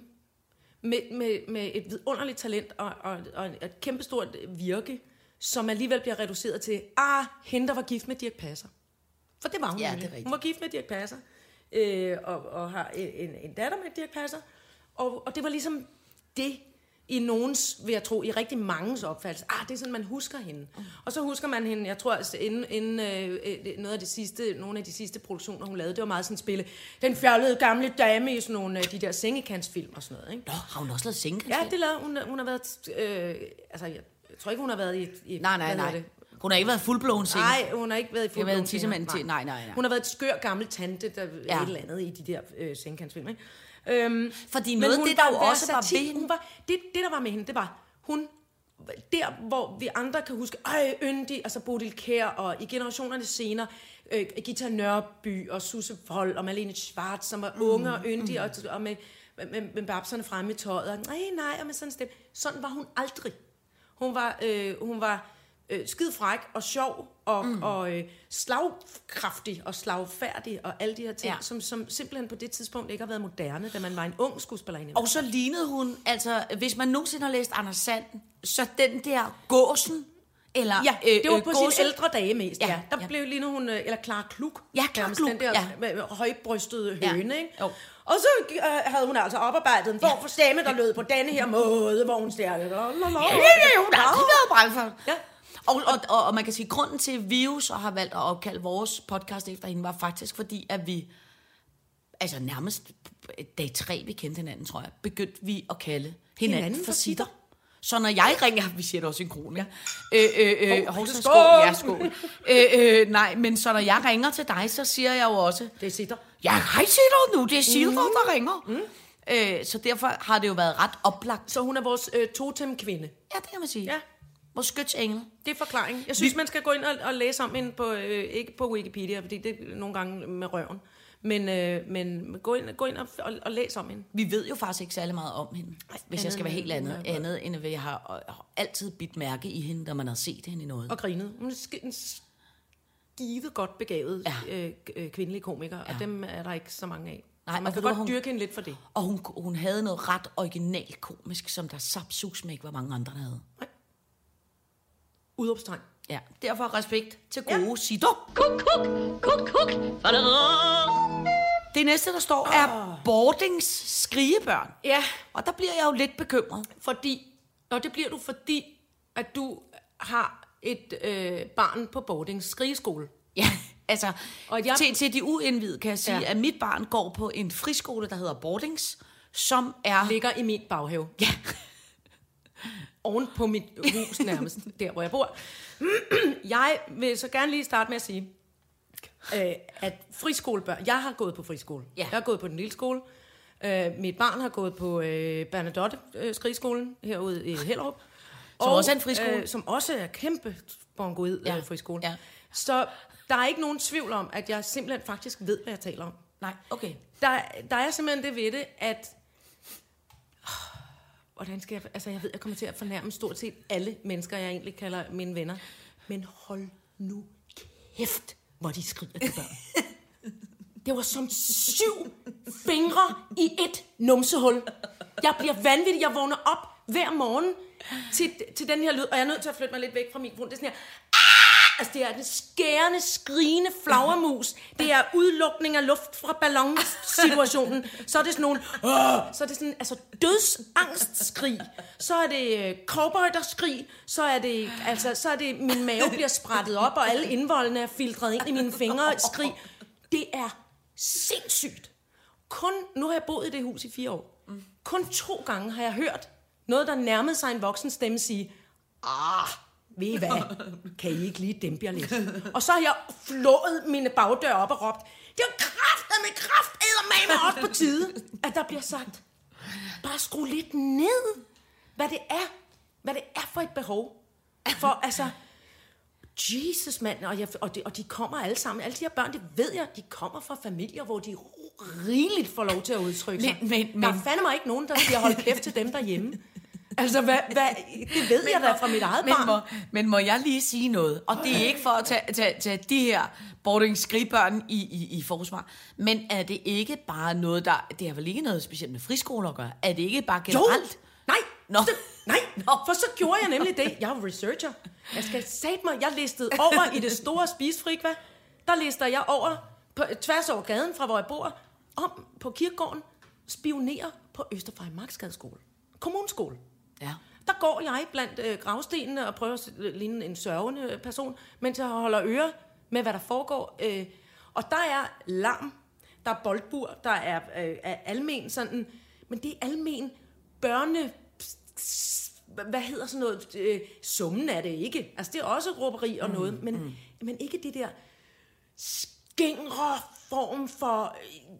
med, med, med et vidunderligt talent og, og, og et kæmpestort virke, som alligevel bliver reduceret til, ah, hende der var gift med Dirch Passer. For det var hun. Ja, det er rigtigt. Hun var gift med Dirch Passer, øh, og, og har en, en datter med Dirch Passer, og, og det var ligesom det, i nogens, vil jeg tro, i rigtig mangens opfattelse. Ah, det er sådan, man husker hende. Mm. Og så husker man hende, jeg tror, altså, inden, inden øh, noget af det sidste, nogle af de sidste produktioner, hun lavede, det var meget sådan spille, den fjollede gamle dame i sådan nogle af de der sengekantsfilm og sådan noget, ikke? Nå, har hun også lavet sengekantsfilm? Ja, det lavede hun. Hun har været, øh, altså, jeg, jeg tror ikke, hun har været i... i Nej, nej, nej. Det? Hun har ikke været fuldblåen seng. Nej, hun har ikke været i Det har været en fuldblåen tissemand seng. til. Nej, nej, nej. Hun har været et skør gammel tante, der Ja. ja. et eller andet i de der øh, sengekantsfilm, ikke? Øhm, Fordi men noget af hun det, der jo var også var versatil. ved hende- Hun var, det, det, der var med hende, det var, hun, der hvor vi andre kan huske, ej, Yndig, altså Bodil Kjær, og i generationerne senere, øh, Gita Nørby, og Susse Wold, og Malene Schwartz, som var mm, unge og yndige, mm. og, og med, med, med babserne fremme i tøjet, og nej, nej, og med sådan en stemme. Sådan var hun aldrig. Hun var, øh, hun var øh, skide fræk og sjov, og, mm. og øh, slagkraftig og slagfærdig, og alle de her ting, Ja. som, som simpelthen på det tidspunkt ikke har været moderne, da man var en ung skuespillerinde. Og så lignede hun, altså, hvis man nogensinde har læst Anders Sand, så den der gåsen, eller Ja, det var øh, på øh, sine gåse- ældre dage mest, Ja, ja. Der ja. blev lige nu hun, øh, eller Clara Kluk. Ja, Clara nærmest, Kluk, den der ja. med, med højbrystede Ja. høne, ikke? Jo. Og så øh, havde hun altså oparbejdet en form for stemme, der lød på denne her måde, hvor hun stærkede. Ja, Ja, ja, ja, hun har altid været brandfart. Ja. Og, og, og, og man kan sige, at grunden til, at vi jo så har valgt at opkalde vores podcast efter hende, var faktisk fordi, at vi, altså nærmest dag tre, vi kendte hinanden, tror jeg, begyndte vi at kalde hinanden, Hinanden for for sitter. sitter. Så når jeg ringer, vi siger det også synkron, ja. øh, øh, øh, Hov, hov, så skål! skål, ja, skål. øh, øh, nej, men så når jeg ringer til dig, så siger jeg jo også, Det sitter. ja, hej Sitter nu, det er Silver, mm. der ringer. Mm. Øh, så derfor har det jo været ret oplagt. Så hun er vores øh, totemkvinde. Ja, det kan man sige. Ja. Vores skytsengel. Det er forklaring. Jeg synes, man skal gå ind og, og læse om hende på, øh, ikke på Wikipedia, fordi det er nogle gange med røven. Men, øh, men gå ind, gå ind og, og, og læs om hende. Vi ved jo faktisk ikke særlig meget om hende, hvis jeg andet skal være helt end- andet, andet end at jeg har, jeg har altid bidt mærke i hende, når man har set hende i noget. Og grinet. Hun er sk- en skide godt begavet Ja. øh, øh, kvindelig komiker, ja. Ja. og dem er der ikke så mange af. Nej, Så man og kan ved du, godt hun- dyrke hende lidt for det. Og hun, hun havde noget ret originalt komisk, som der sapsus med ikke var mange andre, der havde. Udopstegn. Ja, derfor respekt til gode ja. Sitter. Kuk, kuk, kuk, kuk. Det næste, der står, er boardings skrigebørn. Ja, Og der bliver jeg jo lidt bekymret. fordi, og det bliver du, fordi at du har et øh, barn på boarding skrigeskole. Ja, altså, Og og jeg- til, til de uindvidede kan jeg sige, Ja. at mit barn går på en friskole, der hedder Boardings, som er... Ligger i min baghave. Ja, Oven på mit hus nærmest, der hvor jeg bor. Jeg vil så gerne lige starte med at sige, øh, at friskolebørn, jeg har gået på friskole. Ja. Jeg har gået på den lille skole. Øh, mit barn har gået på øh, Bernadotte øh, skrigeskolen herude i Hellerup. Som også er en friskole. Øh, som også er kæmpe bongoid Ja. øh, friskole. Ja. Så der er ikke nogen tvivl om, at jeg simpelthen faktisk ved, hvad jeg taler om. nej, okay. Der, der er simpelthen det ved det, at hvordan skal jeg... Altså, jeg ved, jeg kommer til at fornærme stort set alle mennesker, jeg egentlig kalder mine venner. Men hold nu kæft, hvor de skriger til børn. Det var som syv fingre i et numsehul. Jeg bliver vanvittig. Jeg vågner op hver morgen til, til den her lyd, og jeg er nødt til at flytte mig lidt væk fra mikrofonen. Det er sådan her... Altså, det er den skærende, skrigende flagermus. Det er udlukning af luft fra ballonsituationen. Så er det sådan nogle... Øh, så er det sådan, altså, dødsangstskrig. Så er det cowboy, der skrig. Så er det, altså, så er det, min mave bliver sprættet op, og alle indvoldene er filtreret ind i mine fingre. Skrig. Det er sindssygt. Kun, nu har jeg boet i det hus i fire år. Kun to gange har jeg hørt noget, der nærmede sig en voksen stemme sige, ah, ved I hvad, kan I ikke lige dæmpe jer lidt? Og så har jeg flået mine bagdør op og råbt, det er kraftet med kraft, eddermame også på tide, at der bliver sagt, bare skru lidt ned, hvad det er, hvad det er for et behov. For altså, Jesus mand, og, jeg, og, de, og de kommer alle sammen, alle de her børn, det ved jeg, de kommer fra familier, hvor de rigeligt får lov til at udtrykke sig. Men, men, men... Der er fandme ikke nogen, der siger, hold kæft til dem derhjemme. Altså, hvad, hvad, det ved men, jeg da fra mit eget men barn. Må, men må jeg lige sige noget? Og det er ikke for at tage, tage, tage de her boarding-skrigbørn i, i, i forsvar. Men er det ikke bare noget, der... Det er vel ikke noget specielt med friskoler at gøre? Er det ikke bare generelt? Jo. Nej, Nå. Så, nej. Nå. For så gjorde jeg nemlig det. Jeg er researcher. Jeg skal sige mig, jeg listede over i det store spisefrikva. Der lister jeg over, på, tværs over gaden fra hvor jeg bor, om på kirkegården, spionerer på Østerfejl skole. Kommuneskole. Ja. Der går jeg blandt øh, gravstenene og prøver at ligne en sørgende person, mens jeg holder øre med, hvad der foregår. Øh, og der er larm, der er boldbur, der er, øh, er almen sådan, men det er almen børne... Hvad hedder sådan noget? Øh, summen er det ikke. Altså, det er også råberi og noget, mm, men, mm. men ikke det der skængre form for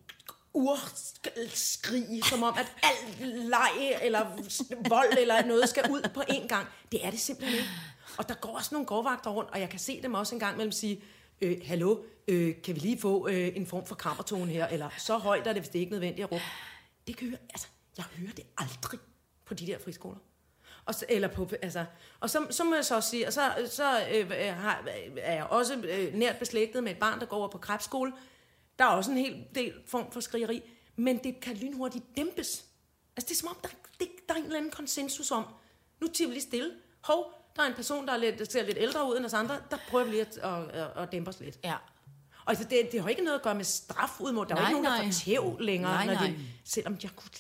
urskrig, som om, at al leg eller vold eller noget skal ud på én gang. Det er det simpelthen ikke. Og der går også nogle gårdvagter rundt, og jeg kan se dem også en gang mellem sige, øh, hallo, øh, kan vi lige få øh, en form for kammertone her, eller så højt er det, hvis det ikke er nødvendigt at råbe. Det kan jeg, altså, jeg hører det aldrig på de der friskoler. Og så, eller på, altså, og så, så må jeg så også sige, og så, så øh, har, er jeg også øh, nært beslægtet med et barn, der går over på krebsskole. Der er også en hel del form for skrigeri, men det kan lynhurtigt dæmpes. Altså det er som om, der, det, der er en eller anden konsensus om, nu tiger vi lige stille. Hov, der er en person, der, er lidt, der ser lidt ældre ud end os andre, der prøver vi lige at, at, at, at dæmpe os lidt. Ja. Og altså, det, det har ikke noget at gøre med straf ud mod, der er nej, ikke nogen, nej. der får tæv længere, nej, når nej. de, selvom jeg kunne...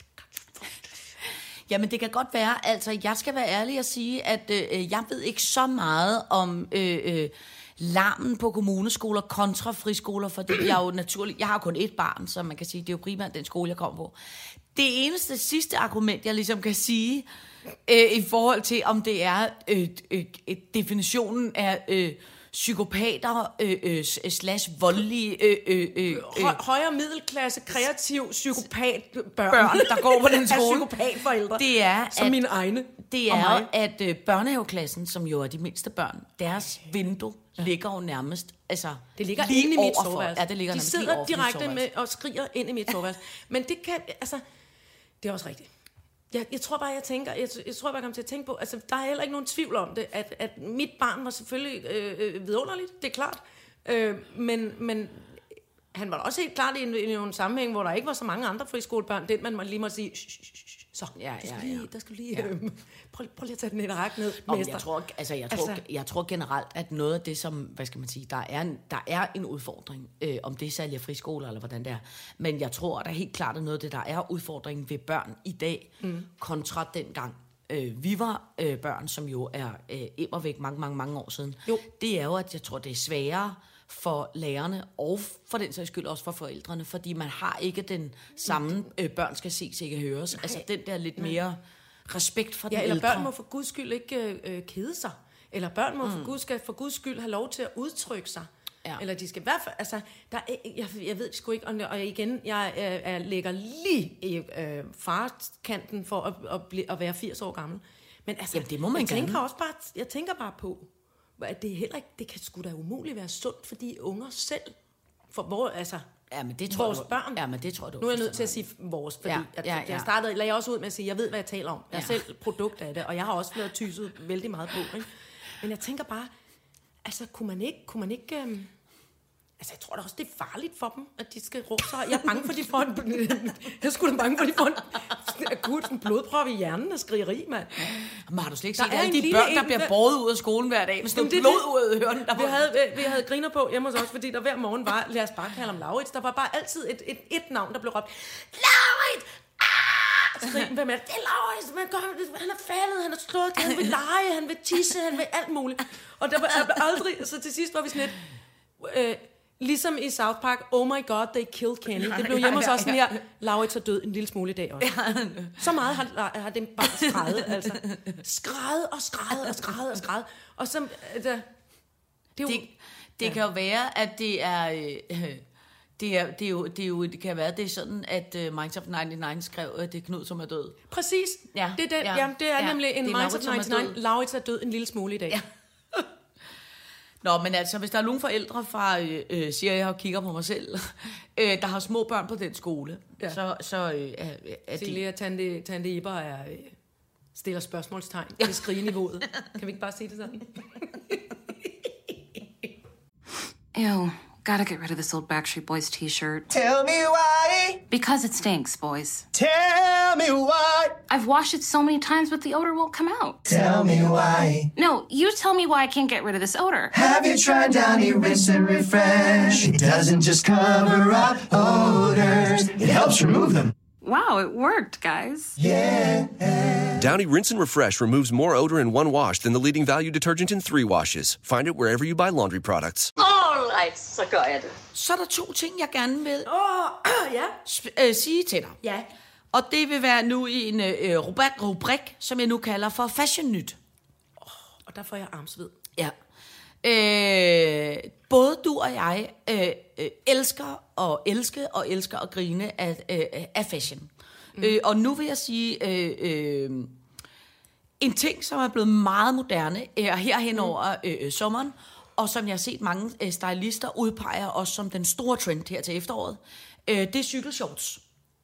Jamen, det kan godt være, altså, jeg skal være ærlig og sige, at øh, jeg ved ikke så meget om øh, øh, larmen på kommuneskoler kontra friskoler, fordi jeg er jo naturligt, jeg har kun ét barn, så man kan sige, det er jo primært den skole, jeg kommer på. Det eneste sidste argument, jeg ligesom kan sige, øh, i forhold til, om det er øh, øh, definitionen af... Øh, psykopater øh, øh, slash voldelige øh, øh, øh, Høj, højere middelklasse, kreativ psykopat børn, børn, der går på den skole. Psykopatforældre, det er, som at, mine egne. Det er jo, at øh, børnehaveklassen, som jo er de mindste børn, deres vindue ja. ligger jo nærmest, altså det ligger inde i mit soveværelse. Ja, det ligger de sidder direkte med og skriger ind i mit soveværelse. Men det kan, altså, det er også rigtigt. Jeg, jeg tror bare, jeg tænker, jeg, jeg tror bare, jeg kommer til at tænke på, altså, der er heller ikke nogen tvivl om det, at, at mit barn var selvfølgelig øh, øh, vidunderligt, det er klart, øh, men, men han var også helt klart i en, i en sammenhæng, hvor der ikke var så mange andre friskolebørn, den man lige må sige, så, ja, ja, ja. Lige, der skal lige, ja. øh, prøv, prøv lige at tage den et ræk ned, Om, jeg, tror, altså, jeg, tror, altså, jeg tror generelt, at noget af det, som, hvad skal man sige, der er en, der er en udfordring, øh, om det er særlig af friskoler, eller hvordan det er, men jeg tror, at der helt klart er noget af det, der er udfordringen ved børn i dag, mm. kontra dengang øh, vi var øh, børn, som jo er øh, immervæk mange, mange, mange år siden. Jo. Det er jo, at jeg tror, det er sværere for lærerne, og for den sags skyld også for forældrene, fordi man har ikke den samme, øh, børn skal ses, ikke høres. Nej. Altså den der lidt mere respekt for ja, den eller ældre. Børn må for guds skyld ikke øh, kede sig. Eller børn må mm. for, guds, skal for guds skyld have lov til at udtrykke sig. Ja. Eller de skal i hvert fald, altså, der er, jeg, jeg ved sgu ikke, og igen, jeg er, er, ligger lige i øh, farskanten for at, at, blive, at være firs år gammel. Men altså, jamen, det må man jeg gerne. tænker også bare, jeg tænker bare på, at det heller ikke, det kan sgu da umuligt være sundt, fordi unger selv, for hvor, altså, Ja, men det tror vores du, børn. Ja, men det tror du. Nu er jeg nødt til at sige vores, fordi ja, ja, ja, ja. ja. jeg startede, lagde jeg også ud med at sige, jeg ved, hvad jeg taler om. Jeg er ja. selv produkt af det, og jeg har også været tyset vældig meget på. Ikke? Men jeg tænker bare, altså kunne man ikke, kunne man ikke øhm, altså jeg tror da også, det er farligt for dem, at de skal råbe sig. Jeg er bange for, de får en, jeg er sgu da bange for, de får en akut en blodprop i hjernen og skrigeri, mand. Men har du slet ikke Der set er alle en de børn, der en- bliver båret ud af skolen hver dag med sådan noget Jamen, blod det er ud af ørerne? Der Vi var- havde, vi havde griner på hjemme hos os, fordi der hver morgen var, lad os bare kalde ham Laurits, der var bare altid et, et, et navn, der blev råbt, Laurits! Ah! Skrigen, hvem er det? Det er Laurits! Man gør, han er faldet, han er slået, han vil lege, han vil tisse, han vil alt muligt. Og der var aldrig, så til sidst var vi sådan lidt, øh, ligesom i South Park, oh my god, they killed Kenny. Det blev hjemme hos os sådan her, Laurits er død en lille smule i dag også. Så meget har, har det bare skrædet, altså. Skrædet og skrædet og skrædet og skrædet. Og så, øh, der, det er jo... Det, det ja. kan jo være, at det er... Øh, det, er, det, er jo, det, er jo, det kan være, det er sådan, at uh, Minds of nioghalvfems skrev, at det er Knud, som er død. Præcis. Ja. Det er, den, Ja. ja. det er Ja. nemlig en Det er Minds of Laurits, som er nioghalvfems. død. Laurits er død en lille smule i dag. Ja. Nå, men altså, hvis der er nogle forældre fra, øh, øh, siger jeg og kigger på mig selv, øh, der har små børn på den skole, Ja. så, så øh, er, er Se de... lige, at Tante, Tante Iber er, øh, stiller spørgsmålstegn ja. til skrigeniveauet. Kan vi ikke bare sige det sådan? Ew, gotta get rid of this old Backstreet Boys t-shirt. Tell me why. Because it stinks, boys. Tell me why. I've washed it so many times, but the odor won't come out. Tell me why. No, you tell me why I can't get rid of this odor. Have you tried Downy Rinse and Refresh? It doesn't just cover up odors, it helps remove them. Wow, it worked, guys. Yeah. Downy Rinse and Refresh removes more odor in one wash than the leading value detergent in three washes. Find it wherever you buy laundry products. All right, så gør jeg det. Så er der to ting, jeg gerne vil Åh, ja. sp- øh, sige til dig. Ja. Og det vil være nu i en øh, rubrik, rubrik, som jeg nu kalder for Fashion Nyt. Og der får jeg armsved. Ja. Øh, både du og jeg øh, øh, elsker og elske og elsker at grine af, øh, af fashion. Mm. Øh, og nu vil jeg sige øh, øh, en ting, som er blevet meget moderne øh, her hen over øh, sommeren, og som jeg har set mange øh, stylister udpeger også som den store trend her til efteråret, øh, det er cykelshorts.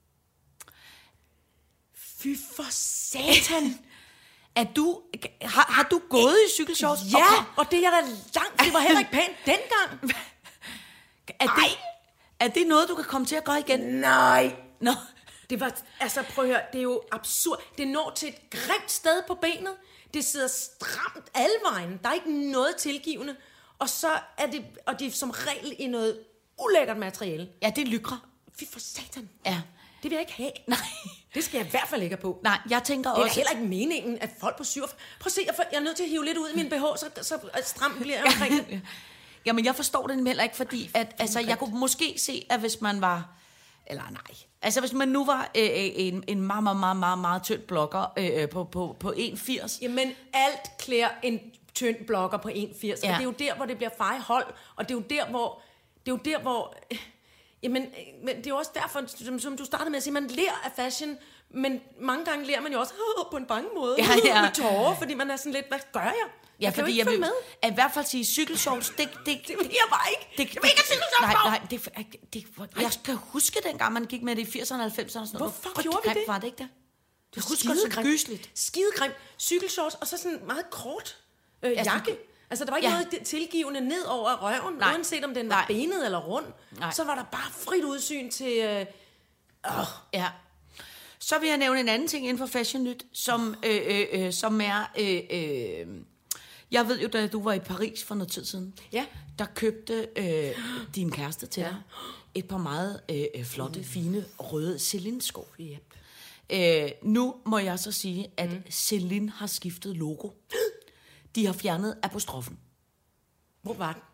Fy for satan. Er du, har, har du gået i cykelshorts? Ja, Okay. og det er da langt. Det var heller ikke pænt dengang. Er det, er det noget, du kan komme til at gøre igen? Nej. Nå. Det var, altså prøv at høre, det er jo absurd. Det når til et grimt sted på benet. Det sidder stramt alle vejen. Der er ikke noget tilgivende. Og så er det, og det er som regel i noget ulækkert materiale. Ja, det er lykre. Fy for satan. Ja. Det vil jeg ikke have. Nej. Det skal jeg i hvert fald ikke have på. Nej, jeg tænker Det er også... heller ikke meningen, at folk på syvogfyrre... Prøv at se, jeg, får, jeg er nødt til at hive lidt ud i min B H, så, så stramt bliver jeg omkring det. Jamen, jeg forstår det heller ikke, fordi at, altså, jeg kunne måske se, at hvis man var... Eller nej. Altså, hvis man nu var øh, en, en meget, meget, meget, meget, meget tynd blogger øh, på, på, på en komma firs. Jamen, alt klæder en tynd blogger på en komma firs. Ja. Ja. Og det er jo der, hvor det bliver far i hold. Og det er jo der, hvor... Det er jo der, hvor... Jamen, men det er jo også derfor, som, som du startede med at sige, man lærer af fashion, men mange gange lærer man jo også øh, på en bange måde, Ja, ja. med tårer, fordi man er sådan lidt, hvad gør jeg? Ja, jeg kan jo fordi ikke jeg følge vil med. at i hvert fald sige cykelshorts, det... Det, det, Det vil jeg bare ikke. Det, Jeg vil ikke have cykelshorts nej, på. nej, det, det, det, jeg kan huske dengang, man gik med det i firserne og halvfemserne og sådan noget. Hvorfor Hvor gjorde vi grimt det? var det ikke det? Det Jeg husker det så gysligt. Skidegrim. Cykelshorts, og så sådan en meget kort øh, Ja, sådan- jakke. Altså, der var ikke Ja. noget tilgivende ned over røven, Nej. uanset om den var Nej. benet eller rund. Nej. Så var der bare frit udsyn til... Øh, Ja. Så vil jeg nævne en anden ting inden for Fashion Nyt, som, øh, øh, øh, som er... Øh, øh, jeg ved jo, da du var i Paris for noget tid siden, Ja. der købte øh, din kæreste til dig et par meget øh, flotte, fine, røde Celine-sko. yep. Øh, nu må jeg så sige, at mm. Celine har skiftet logo. De har fjernet apostrofen. Hvor var den?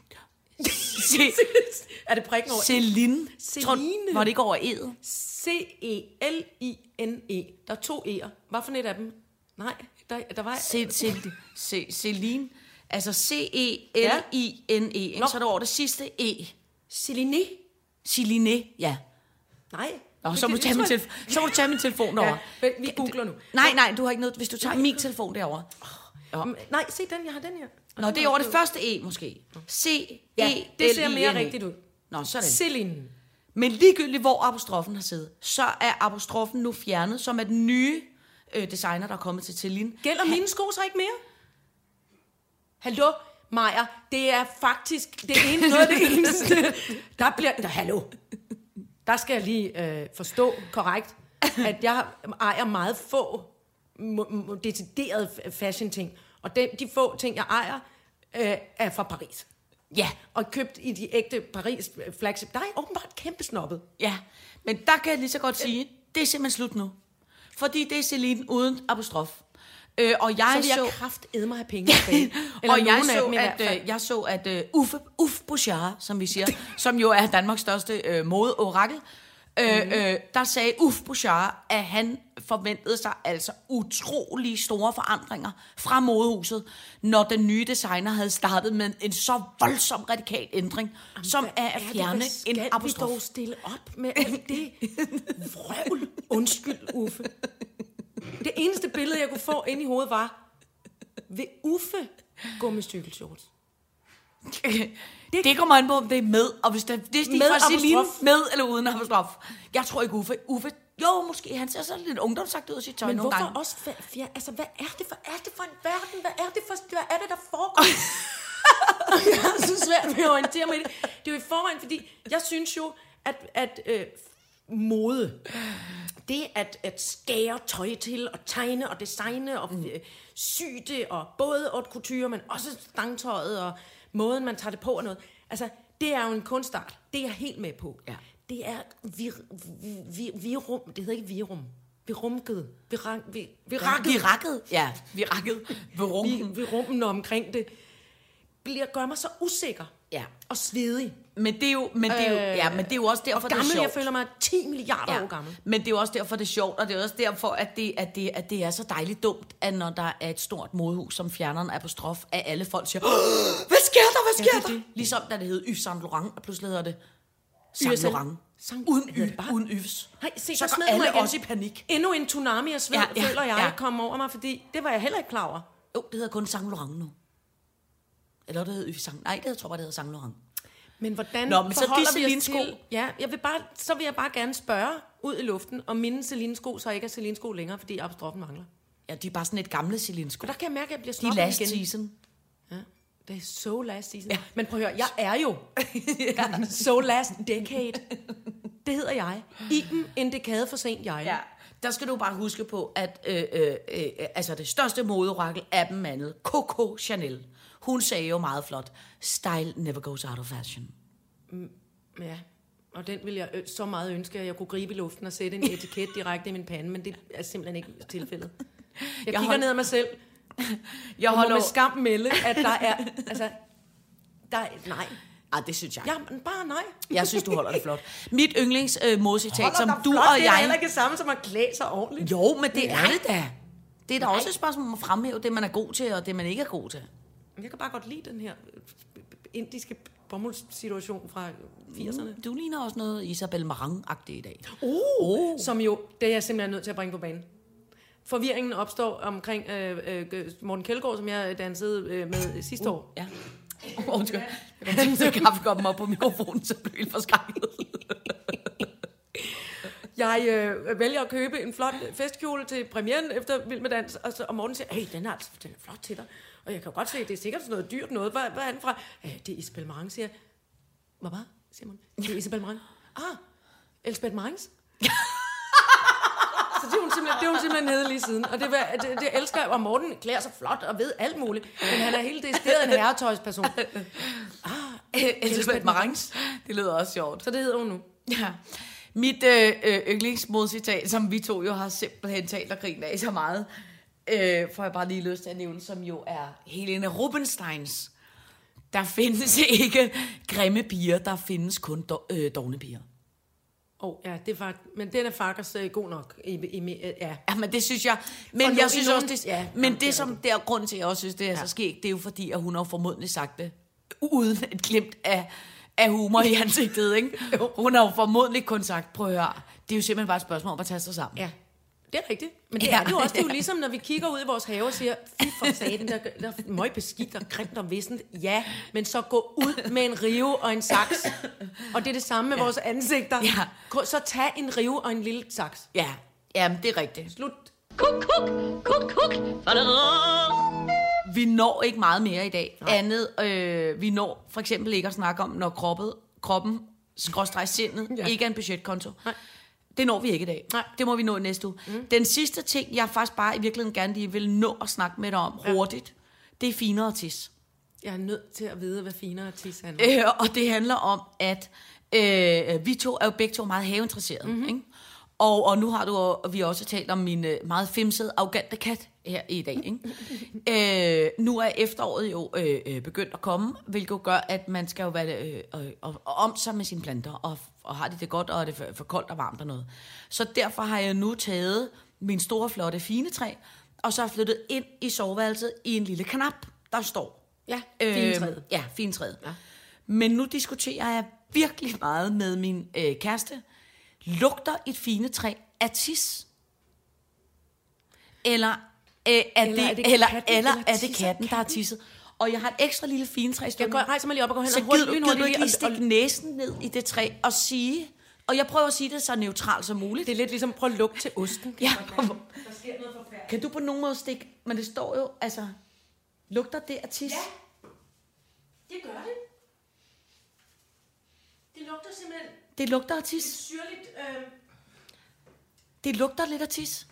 Se, Er det prikken over? Celine. Tror, Celine. var det ikke over E'et? C E L I N E. Der er to E'er. Hvad for et af dem? Nej, der, der var... Se, se, se, Celine. Altså C E L I N E. Nå. Så er der over det sidste E. Celine? Celine, ja. Nej. Nå, Det så må, kan- du tage min det tror telefon, så må du tage min telefon derovre. Ja, vi googler nu. Nej, nej, du har ikke noget. Hvis du tager min telefon derovre. jeg- Nej, se den, jeg har den her. Nå, det er over det første E, måske. C E L I N E. Ja, det ser mere rigtigt ud. Nå, sådan. Celine. Men ligegyldigt, hvor apostrofen har siddet, så er apostrofen nu fjernet, som er den nye øh, designer, der er kommet til Celine. Gælder mine sko så ikke mere? Hallo, Maja, det er faktisk det ene, noget af det eneste. Der bliver... Der, hallo. Der skal jeg lige øh, forstå korrekt, at jeg ejer meget få m- m- deciderede fashion-ting. Og de, de få ting, jeg ejer, øh, er fra Paris. Ja. Og købt i de ægte Paris flagship. Der er åbenbart kæmpe snobbet. Ja, men der kan jeg lige så godt sige, det er simpelthen slut nu. Fordi det er Celine uden apostrof. Øh, og jeg så vil jeg så kraftedme have penge tilbage. og jeg så, at, øh, jeg så, at uh, Uffe, Uffe Bouchard, som vi siger, som jo er Danmarks største øh, modeorakel, øh, mm. øh, der sagde Uffe Bouchard, at han forventede sig altså utrolig store forandringer fra modehuset, når den nye designer havde startet med en så voldsom radikal ændring, Jamen, som er at fjerne en apostrof. Vi dog stille op med alt det vrøvl? Undskyld, Uffe. Det eneste billede, jeg kunne få ind i hovedet, var, vil Uffe gå med cykelshorts? Det, det kommer an på, om det er med, og hvis det, det er med fra Celine, med eller uden apostrof. Jeg tror ikke Uffe. Uffe, jo, måske, han ser så lidt ungdomssagt ud af sit tøj Men nogle gange. Men hvorfor også, ja, altså, hvad er det for, er det for en verden? Hvad er det for, hvad er det, der foregår? Jeg har så svært ved at orientere mig i det. Det er jo i forvejen, fordi jeg synes jo, at, at øh, mode, det at, at skære tøj til, og tegne, og designe, og øh, sy det, og både haute couture, men også stangtøjet, og måden, man tager det på og noget. Altså, det er jo en kunstart. Det er jeg helt med på. Ja. Det er vir, vir, virum, det hedder ikke virum. Vi rumkede. Vi, rak, vi, vi rakkede. Vi rakkede. Ja, vi rakkede. Vi rummen. Vi, vi rummen omkring det. Bliver, gør mig så usikker. Ja. Og svedig. Men det er jo, men det er jo, øh, ja, men det er jo også derfor, og gammel, det er sjovt. Jeg føler mig ti milliarder ja. år gammel. Men det er jo også derfor, det er sjovt, og det er også derfor, at det, at, det, at det er så dejligt dumt, at når der er et stort modehus, som fjerner en apostrof, at alle folk siger, hvad sker der, hvad sker ja, det, der? Det. Ligesom da det hed Yves Saint Laurent, og pludselig hedder det Saint Laurent. Sang, uden y, uden Yves. Nej, se, så går alle også i panik. Endnu en tsunami af sved, ja, ja, føler jeg, ja. kom over mig, fordi det var jeg heller ikke klar over. Jo, det hedder kun Saint Laurent nu. Eller det hedder Yves Saint. Nej, det tror jeg, det hedder Saint Laurent. Men hvordan Nå, men forholder så vi os til... Ja, jeg vil bare, så vil jeg bare gerne spørge ud i luften, om mine Celine-sko så ikke er Celine-sko længere, fordi apostrofen mangler. Ja, de er bare sådan et gamle Celine-sko. Og der kan jeg mærke, at jeg bliver snobbet igen. De last igen. season. Ja, det er so last season. Ja. Men prøv at høre, jeg er jo ja. so last decade. Det hedder jeg. Iben en dekade for sent, jeg. Ja. Der skal du bare huske på, at øh, øh, øh, altså det største modeorakel af dem andet, Coco Chanel, hun sagde jo meget flot, style never goes out of fashion. Mm, ja, og den vil jeg ø- så meget ønske, at jeg kunne gribe i luften og sætte en etiket direkte i min pande, men det er simpelthen ikke tilfældet. Jeg, jeg kigger hold... ned ad mig selv, jeg og holder... må med skam melde, at der er, altså, der er, nej. Ah, det synes jeg. Ja, bare nej. Jeg synes, du holder det flot. Mit yndlings øh, modcitat, som du flot, og det jeg... Det er heller ikke det samme som at klæde sig ordentligt. Jo, men det er det da. Det er da nej. også et spørgsmål om at fremhæve det, man er god til, og det, man ikke er god til. Jeg kan bare godt lide den her indiske bomuldssituation fra firserne. Du ligner også noget Isabel Marant-agtigt i dag. Uh, uh. Som jo, det er jeg simpelthen nødt til at bringe på banen. Forvirringen opstår omkring øh, øh, Morten Kjeldgaard, som jeg dansede øh, med sidste uh, år. Ja. Åh, undskyld. Jeg kom til at kaffekoppen op på mikrofonen, så blev helt forskrækket. Jeg øh, vælger at købe en flot festkjole til premieren efter Vild med Dans, og, så, og Morten siger, hey, den er, altså, den er flot til dig. Og jeg kan godt se, at det er sikkert sådan noget dyrt noget. Hvad, hvad er den fra? Øh, det er Isabel Marant, siger jeg. Hvad var? Siger man. Det er Isabel Marant. Ah, Elsbeth Marantz. Så det er hun simpelthen, det er hun simpelthen nede lige siden. Og det, det, det elsker jeg, og Morten klæder sig flot og ved alt muligt. Men han er helt decideret en herretøjsperson. Ah, Elsbeth Marantz. Det lyder også sjovt. Så det hedder hun nu. Ja. Mit øh, yndlingsmodcitat, som vi to jo har simpelthen talt og grint af så meget, øh, får jeg bare lige lyst til at nævne, som jo er Helene Rubinsteins. Der findes ikke grimme piger, der findes kun do, øh, dovne piger. Åh, oh, ja, det var, men den er faktisk uh, god nok. I, i, ja. ja, men det synes jeg. Men For jeg synes nogen, også, det, ja, men jamen, det, det som der er grund til, at jeg også synes, det er ja. så skægt, det er jo fordi, at hun har formodentlig sagt det, uden et glimt af, af humor i ansigtet, ikke? Hun har jo formodentlig kun sagt, prøv at høre, det er jo simpelthen bare et spørgsmål om at tage sig sammen. Ja, Det er rigtigt. Men det Ja. er det jo også. Det er jo ligesom, når vi kigger ud i vores have og siger, fy for satan, der, der er møg beskidt og grimt og vissent. Ja, men så gå ud med en rive og en saks. Og det er det samme med ja. vores ansigter. Ja. Gå, så tag en rive og en lille saks. Ja, jamen, det er rigtigt. Slut. Kuk, kuk, kuk, kuk. Vi når ikke meget mere i dag. Nej. Andet, øh, vi når for eksempel ikke at snakke om, når kroppet, kroppen, skråstreg sindet, ja. ikke er en budgetkonto. Nej. Det når vi ikke i dag. Nej. Det må vi nå i næste uge. Mm. Den sidste ting, jeg faktisk bare i virkeligheden gerne lige vil nå at snakke med dig om hurtigt, ja. det er finere tis. Jeg er nødt til at vide, hvad finere tis handler øh, Og det handler om, at øh, vi to er jo begge to meget haveinteresserede. Mm-hmm. Ikke? Og, og nu har du og vi har også talt om min øh, meget femsede, arrogante kat her i dag. Ikke? øh, nu er efteråret jo øh, øh, begyndt at komme, hvilket jo gør, at man skal jo være øh, øh, og, og om sig med sine planter, og, og har de det godt, og er det for, for koldt og varmt og noget. Så derfor har jeg nu taget min store, flotte fine træ, og så har flyttet ind i soveværelset i en lille knap, der står. Ja, finetræet. Øh, ja, finetræet. Ja. Men nu diskuterer jeg virkelig meget med min øh, kæreste. Lugter et finetræ af tis? Eller, øh, er, eller, det, er det eller, katten, eller, eller er det katten, der har tisset? Og jeg har et ekstra lille finetræ. Jeg går, rejser mig lige op og går hen så og hurtigt. Så gider du ikke lige stikke næsen ned i det træ og sige... Og jeg prøver at sige det så neutralt som muligt. Det er lidt ligesom, prøv at lugte til osten. Ja. Der sker noget forfærdeligt. Kan du på nogen måde stikke... Men det står jo, altså... Lugter det af tis? Ja, det gør det. Det lugter simpelthen... Det lugter af tis. Det er syrligt... Øh... Det lugter lidt af tis.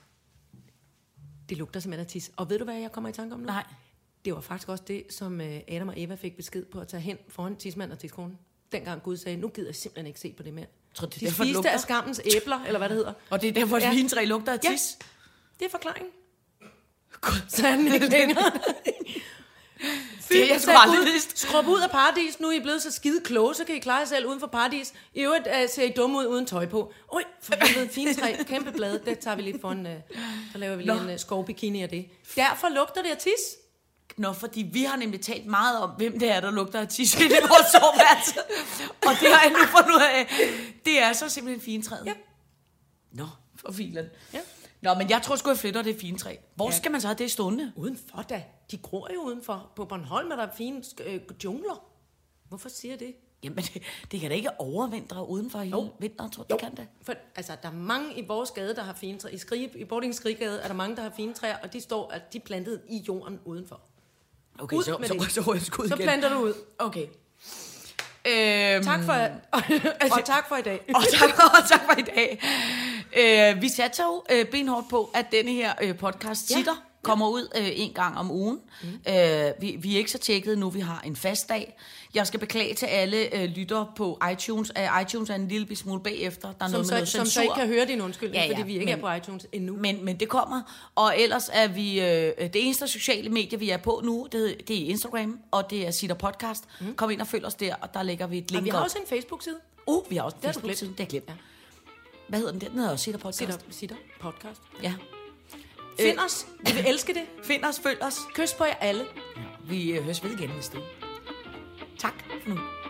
Det lugter simpelthen af tis. Og ved du, hvad jeg kommer i tanke om nu? Nej. Det var faktisk også det, som Adam og Eva fik besked på at tage hen foran tidsmand og tidskone. Dengang Gud sagde, nu gider jeg simpelthen ikke se på det mere. Tror, det De spiste af skammens æbler, eller hvad det hedder. Og det er derfor, at ja. Vintræ lugter af tis? Ja, det er forklaringen. God, så er den ikke længere. Det er jeg sgu aldrig vidst. Skrub ud af paradis, nu er I blevet så skide kloge, så kan I klare jer selv uden for paradis. I øvrigt uh, ser I dumme ud uden tøj på. Oj, for helvede, fine træ, kæmpe blade, det tager vi lige for en, uh, så laver vi lige Nå. en uh, skovbikini af det. Derfor lugter det af tis. Nå, fordi vi har nemlig talt meget om, hvem det er, der lugter af tis i vores soveværelse. Og det har jeg nu fundet ud af. Det er så simpelthen fintræet. Ja. Nå, for filen. Ja. Nå, men jeg tror sgu, jeg flytter det fine træ. Hvor ja. skal man så have det stående? Udenfor da. De gror jo udenfor. På Bornholm er der fine øh, jungler. Hvorfor siger det? Jamen, det, det kan da ikke overvintre udenfor hele jo. vinteren, tror du, det kan det? For, altså, der er mange i vores gade, der har fine træer. I, Skrige, i Bordings Skrigade er der mange, der har fine træer, og de står, at de er plantet i jorden udenfor. Okay, ud så, så, så, så, så, så, så planter du ud. Okay. Øhm, tak for, og, og tak for i dag. og, tak, og tak for i dag. Øh, vi satser jo øh, benhårdt på, at denne her øh, podcast ja. sitter, kommer ud øh, en gang om ugen. Mm. Øh, vi, vi er ikke så tjekket nu, vi har en fast dag. Jeg skal beklage til alle øh, lyttere på iTunes. Uh, iTunes er en lille smule bagefter. Der er som, noget så, med noget som så ikke kan høre din undskyldning, ja, ja, fordi vi ikke men, er på iTunes endnu. Men, men det kommer. Og ellers er vi... Øh, det eneste sociale medie, vi er på nu, det, det er Instagram, og det er Sitter Podcast. Mm. Kom ind og følg os der, og der lægger vi et link op. Og vi har op. også en Facebook-side. Uh, vi har også en Facebook-side. Det er glemt. Ja. Hvad hedder den der? Den hedder også Sitter Podcast. Sitter, Sitter Podcast. Ja. Find øh, os. Vi vil elske det. Find os, følg os. Kys på jer alle. Ja. Vi øh, høres ved igen næste uge. Tak for nu.